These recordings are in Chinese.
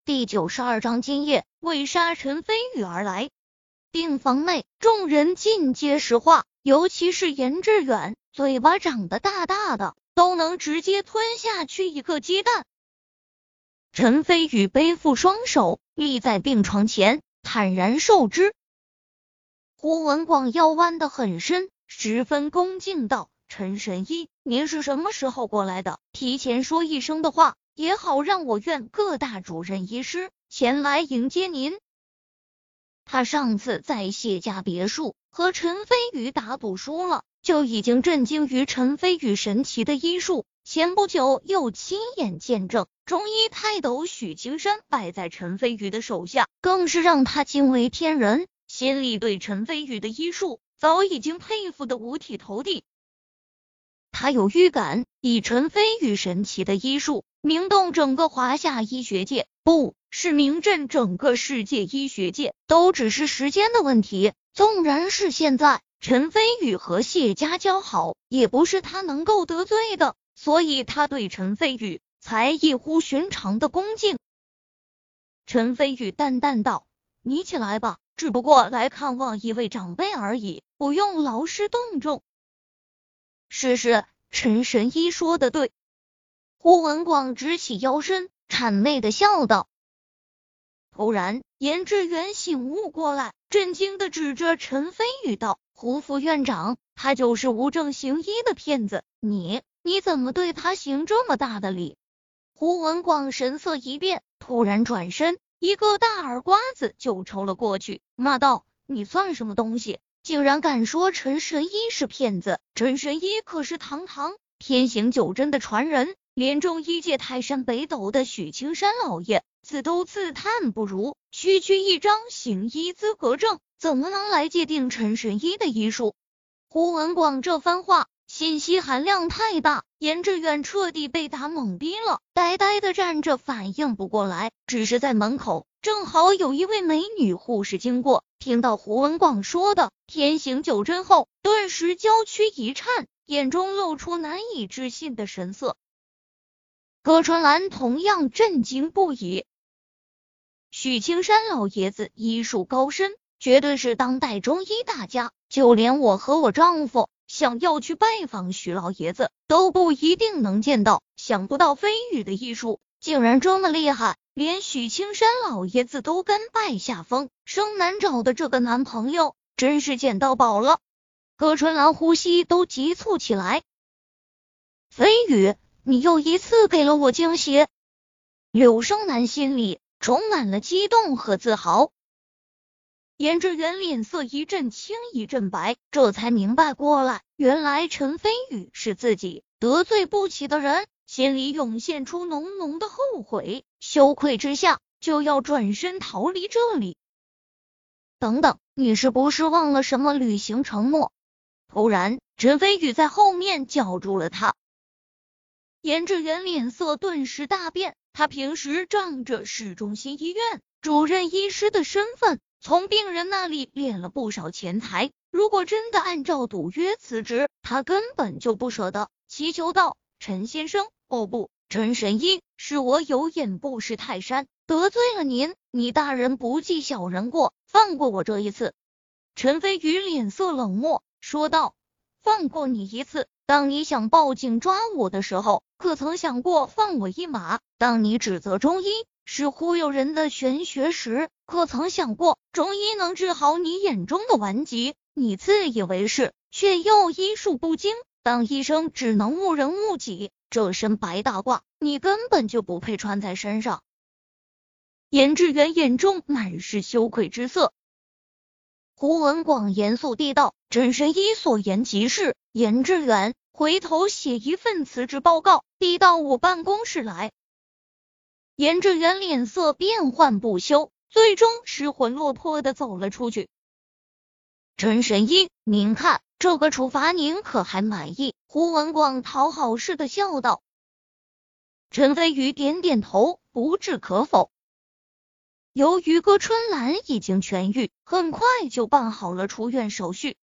第92章今夜为杀陈飞宇而来。病房内，众人尽皆石化，尤其是严致远，嘴巴长得大大的，都能直接吞下去一个鸡蛋。陈飞宇背负双手，立在病床前，坦然受之。胡文广腰弯得很深，十分恭敬道：“陈神医，您是什么时候过来的？提前说一声的话，也好让我院各大主任医师前来迎接您。”他上次在谢家别墅和陈飞宇打赌输了，就已经震惊于陈飞宇神奇的医术，前不久又亲眼见证中医泰斗许青山败在陈飞宇的手下，更是让他惊为天人，心里对陈飞宇的医术早已经佩服得五体投地。他有预感，以陈飞宇神奇的医术，名动整个华夏医学界，不是名震整个世界医学界，都只是时间的问题。纵然是现在陈飞宇和谢家交好，也不是他能够得罪的，所以他对陈飞宇才异乎寻常的恭敬。陈飞宇淡淡道：“你起来吧，只不过来看望一位长辈而已，不用劳师动众。”是，陈神医说的对。胡文广直起腰身，谄媚的笑道。突然，严致远醒悟过来，震惊的指着陈飞宇道：“胡副院长，他就是无证行医的骗子，你怎么对他行这么大的礼？”胡文广神色一变，突然转身，一个大耳刮子就抽了过去，骂道：“你算什么东西？竟然敢说陈神医是骗子！陈神医可是堂堂天行九针的传人，连中医界泰山北斗的许青山老爷自都自叹不如，区区一张行医资格证，怎么能来界定陈神医的医术？”胡文广这番话信息含量太大，严致远彻底被打懵逼了，呆呆的站着，反应不过来。只是在门口正好有一位美女护士经过，听到胡文广说的天行九针后，顿时娇躯一颤，眼中露出难以置信的神色。葛春兰同样震惊不已。许青山老爷子医术高深，绝对是当代中医大家，就连我和我丈夫想要去拜访许老爷子都不一定能见到。想不到飞宇的医术竟然这么厉害，连许青山老爷子都甘拜下风，生难找的这个男朋友真是捡到宝了。葛春兰呼吸都急促起来。飞宇，你又一次给了我惊喜。柳生男心里充满了激动和自豪。严致远脸色一阵青一阵白，这才明白过来，原来陈飞宇是自己得罪不起的人，心里涌现出浓浓的后悔，羞愧之下就要转身逃离这里。等等，你是不是忘了什么履行承诺？突然，陈飞宇在后面叫住了他。严致远脸色顿时大变，他平时仗着市中心医院主任医师的身份，从病人那里敛了不少钱财，如果真的按照赌约辞职，他根本就不舍得，祈求道：“陈先生，哦不，陈神医，是我有眼不识泰山，得罪了您，你大人不计小人过，放过我这一次。”陈飞宇脸色冷漠说道：“放过你一次？当你想报警抓我的时候，可曾想过放我一马？当你指责中医是忽悠人的玄学时，可曾想过中医能治好你眼中的顽疾？你自以为是，却又医术不精，当医生只能误人误己，这身白大褂你根本就不配穿在身上。”严致远眼中满是羞愧之色。胡文广严肃地道：“陈神医所言极是。”严致远回头写一份辞职报告，递到我办公室来。严致远脸色变幻不休，最终失魂落魄地走了出去。陈神医，您看这个处罚您可还满意？胡文广讨好似的笑道。陈飞宇点点头，不置可否。由于葛春兰已经痊愈，很快就办好了出院手续，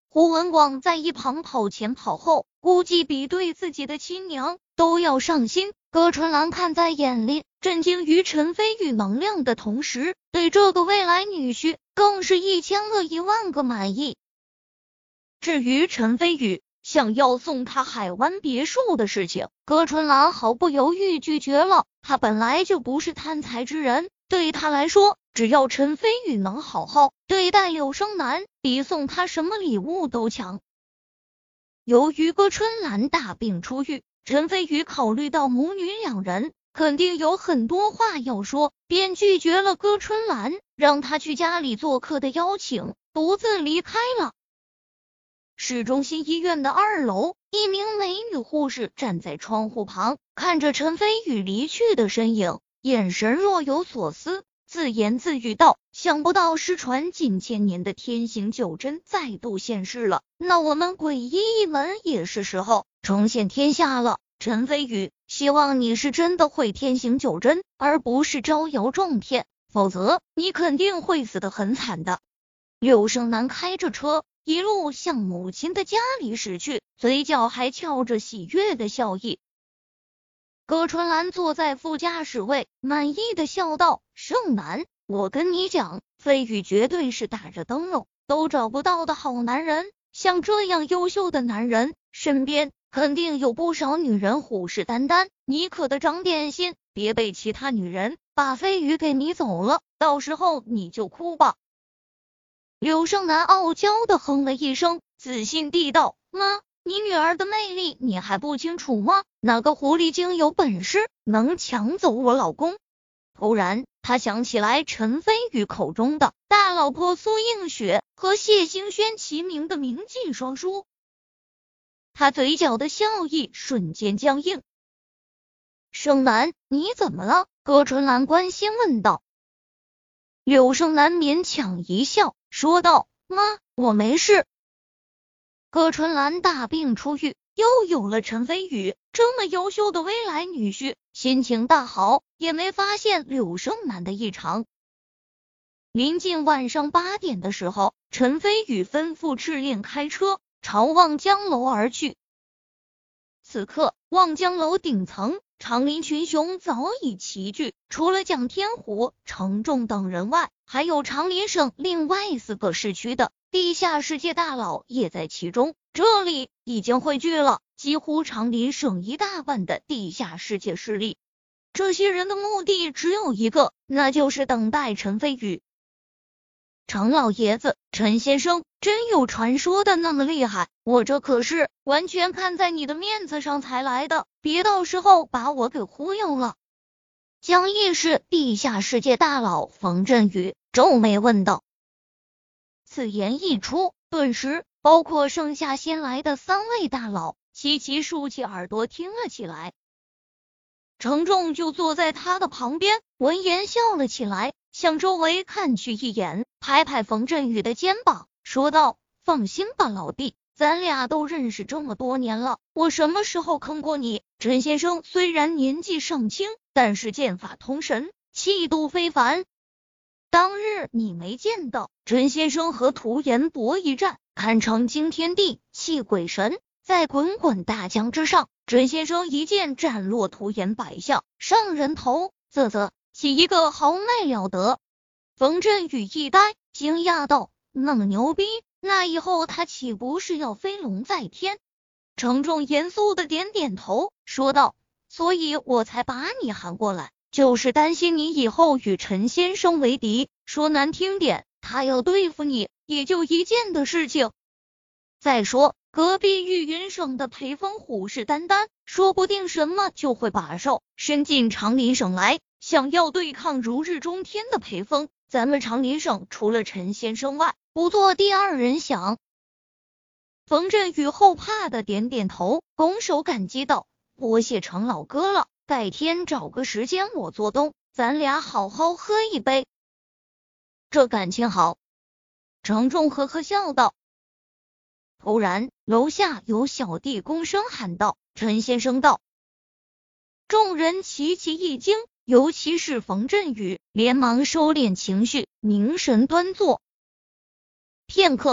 胡文广在一旁跑前跑后，估计比对自己的亲娘都要上心。葛春兰看在眼里，震惊于陈飞宇能量的同时，对这个未来女婿更是1000个10000个满意。至于陈飞宇想要送他海湾别墅的事情，葛春兰毫不犹豫拒绝了。他本来就不是贪财之人，对他来说，只要陈飞宇能好好对待柳生男，比送他什么礼物都强。由于葛春兰大病初愈，陈飞宇考虑到母女两人肯定有很多话要说，便拒绝了葛春兰让他去家里做客的邀请，独自离开了。市中心医院的2楼，一名美女护士站在窗户旁，看着陈飞宇离去的身影，眼神若有所思，自言自语道：想不到失传近千年的天行九针再度现世了，那我们诡医一门也是时候重现天下了。陈飞宇，希望你是真的会天行九针，而不是招摇撞骗，否则你肯定会死得很惨的。柳生男开着车一路向母亲的家里驶去，嘴角还翘着喜悦的笑意。葛春兰坐在副驾驶位，满意的笑道：盛男，我跟你讲，飞宇绝对是打着灯笼都找不到的好男人，像这样优秀的男人身边肯定有不少女人虎视眈眈，你可得长点心，别被其他女人把飞宇给迷走了，到时候你就哭吧。柳胜男傲娇的哼了一声，自信地道：妈，你女儿的魅力你还不清楚吗？哪个狐狸精有本事能抢走我老公？突然他想起来陈飞宇口中的大老婆苏映雪和谢兴轩齐名的名妓双姝，他嘴角的笑意瞬间僵硬。胜男，你怎么了？葛春兰关心问道。柳胜男勉强一笑，说道：妈，我没事。葛春兰大病初愈，又有了陈飞宇这么优秀的未来女婿，心情大好，也没发现柳胜男的异常。临近晚上8点的时候，陈飞宇吩咐赤练开车朝望江楼而去。此刻望江楼顶层，长林群雄早已齐聚，除了蒋天虎、程仲等人外，还有长林省另外4个市区的地下世界大佬也在其中。这里已经汇聚了几乎长林省1大半的地下世界势力。这些人的目的只有一个，那就是等待陈飞宇。程老爷子，陈先生真有传说的那么厉害？我这可是完全看在你的面子上才来的，别到时候把我给忽悠了。江义市地下世界大佬冯振宇皱眉问道。此言一出，顿时包括剩下先来的3位大佬齐齐竖起耳朵听了起来。程仲就坐在他的旁边，闻言笑了起来，向周围看去一眼，拍拍冯振宇的肩膀，说道：放心吧老弟，咱俩都认识这么多年了，我什么时候坑过你？陈先生虽然年纪尚轻，但是剑法通神，气度非凡。当日你没见到陈先生和涂延博一战，堪称惊天地泣鬼神，在滚滚大江之上，陈先生一剑斩落涂延百象上人头，起一个豪迈了得。冯振宇一呆，惊讶道：那么牛逼，那以后他岂不是要飞龙在天？程仲严肃的点点头，说道：所以我才把你喊过来，就是担心你以后与陈先生为敌，说难听点，他要对付你也就一件的事情。再说隔壁玉云省的裴风虎视眈眈，说不定什么就会把手伸进长林省来，想要对抗如日中天的裴风，咱们长林省除了陈先生外，不做第2人想。冯振宇后怕的点点头，拱手感激道：多谢程老哥了，改天找个时间我做东，咱俩好好喝一杯。这感情好。程仲呵呵笑道。突然楼下有小弟躬身喊道：陈先生到。众人齐齐一惊，尤其是冯振宇，连忙收敛情绪，凝神端坐。片刻后，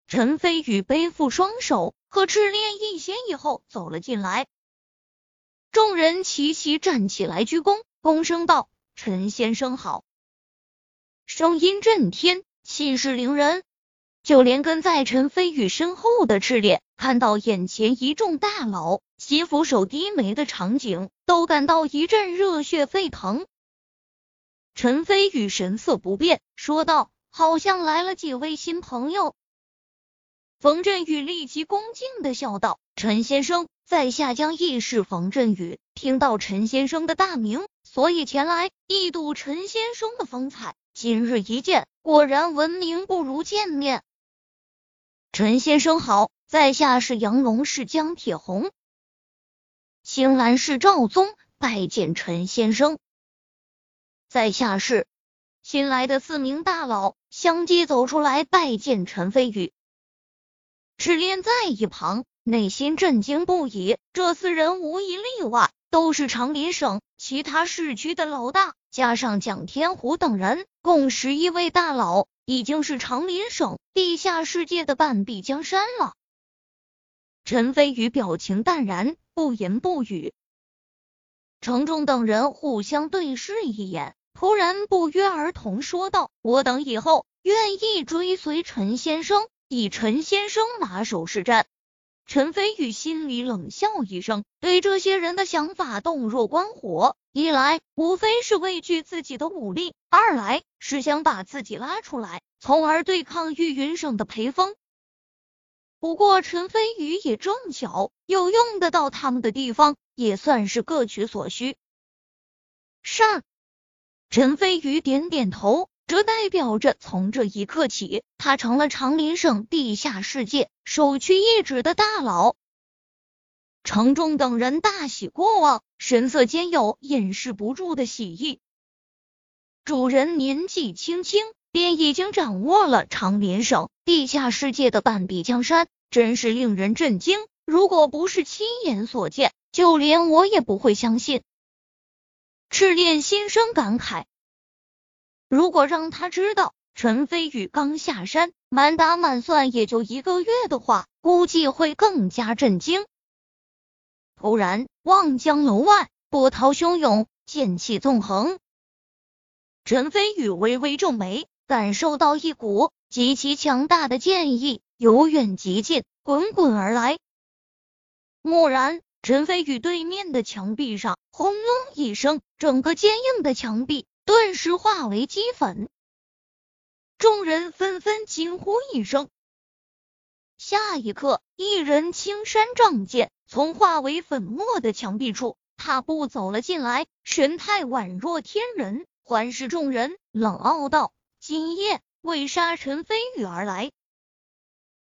陈飞宇背负双手，和赤练一前一后走了进来。众人齐齐站起来鞠躬，躬声道：“陈先生好。”声音震天，气势凌人。就连跟在陈飞宇身后的赤练，看到眼前一众大佬齐俯首低眉的场景，都感到一阵热血沸腾。陈飞宇神色不变，说道：“好像来了几位新朋友。”冯振宇立即恭敬的笑道：“陈先生，在下将义士冯振宇，听到陈先生的大名，所以前来一睹陈先生的风采。今日一见，果然闻名不如见面。”“陈先生好，在下是阳龙市江铁红。”“青兰市赵宗，拜见陈先生。”“在下是。”新来的4名大佬相继走出来拜见陈飞宇。赤练在一旁内心震惊不已，这4人无一例外都是长林省其他市区的老大，加上蒋天虎等人，共11位大佬，已经是长林省地下世界的半壁江山了。陈飞宇表情淡然，不言不语。程仲等人互相对视一眼，突然不约而同说道：“我等以后愿意追随陈先生，以陈先生拿手是战。”陈飞宇心里冷笑一声，对这些人的想法洞若观火，一来无非是畏惧自己的武力，二来是想把自己拉出来，从而对抗玉云省的裴峰。不过陈飞宇也正巧有用得到他们的地方，也算是各取所需。上，陈飞宇点点头，这代表着从这一刻起，他成了长林省地下世界首屈一指的大佬。程仲等人大喜过望，神色间有掩饰不住的喜意。主人年纪轻轻，便已经掌握了长林省地下世界的半壁江山，真是令人震惊。如果不是亲眼所见，就连我也不会相信。赤练心生感慨，如果让他知道陈飞宇刚下山，满打满算也就1个月的话，估计会更加震惊。突然，望江楼外波涛汹涌，剑气纵横。陈飞宇微微皱眉，感受到一股极其强大的剑意由远及近，滚滚而来。蓦然，陈飞宇对面的墙壁上轰隆一声，整个坚硬的墙壁顿时化为齑粉。众人纷纷惊呼一声。下一刻，一人青衫仗剑，从化为粉末的墙壁处踏步走了进来，神态宛若天人，环视众人，冷傲道：“今夜为杀陈飞宇而来，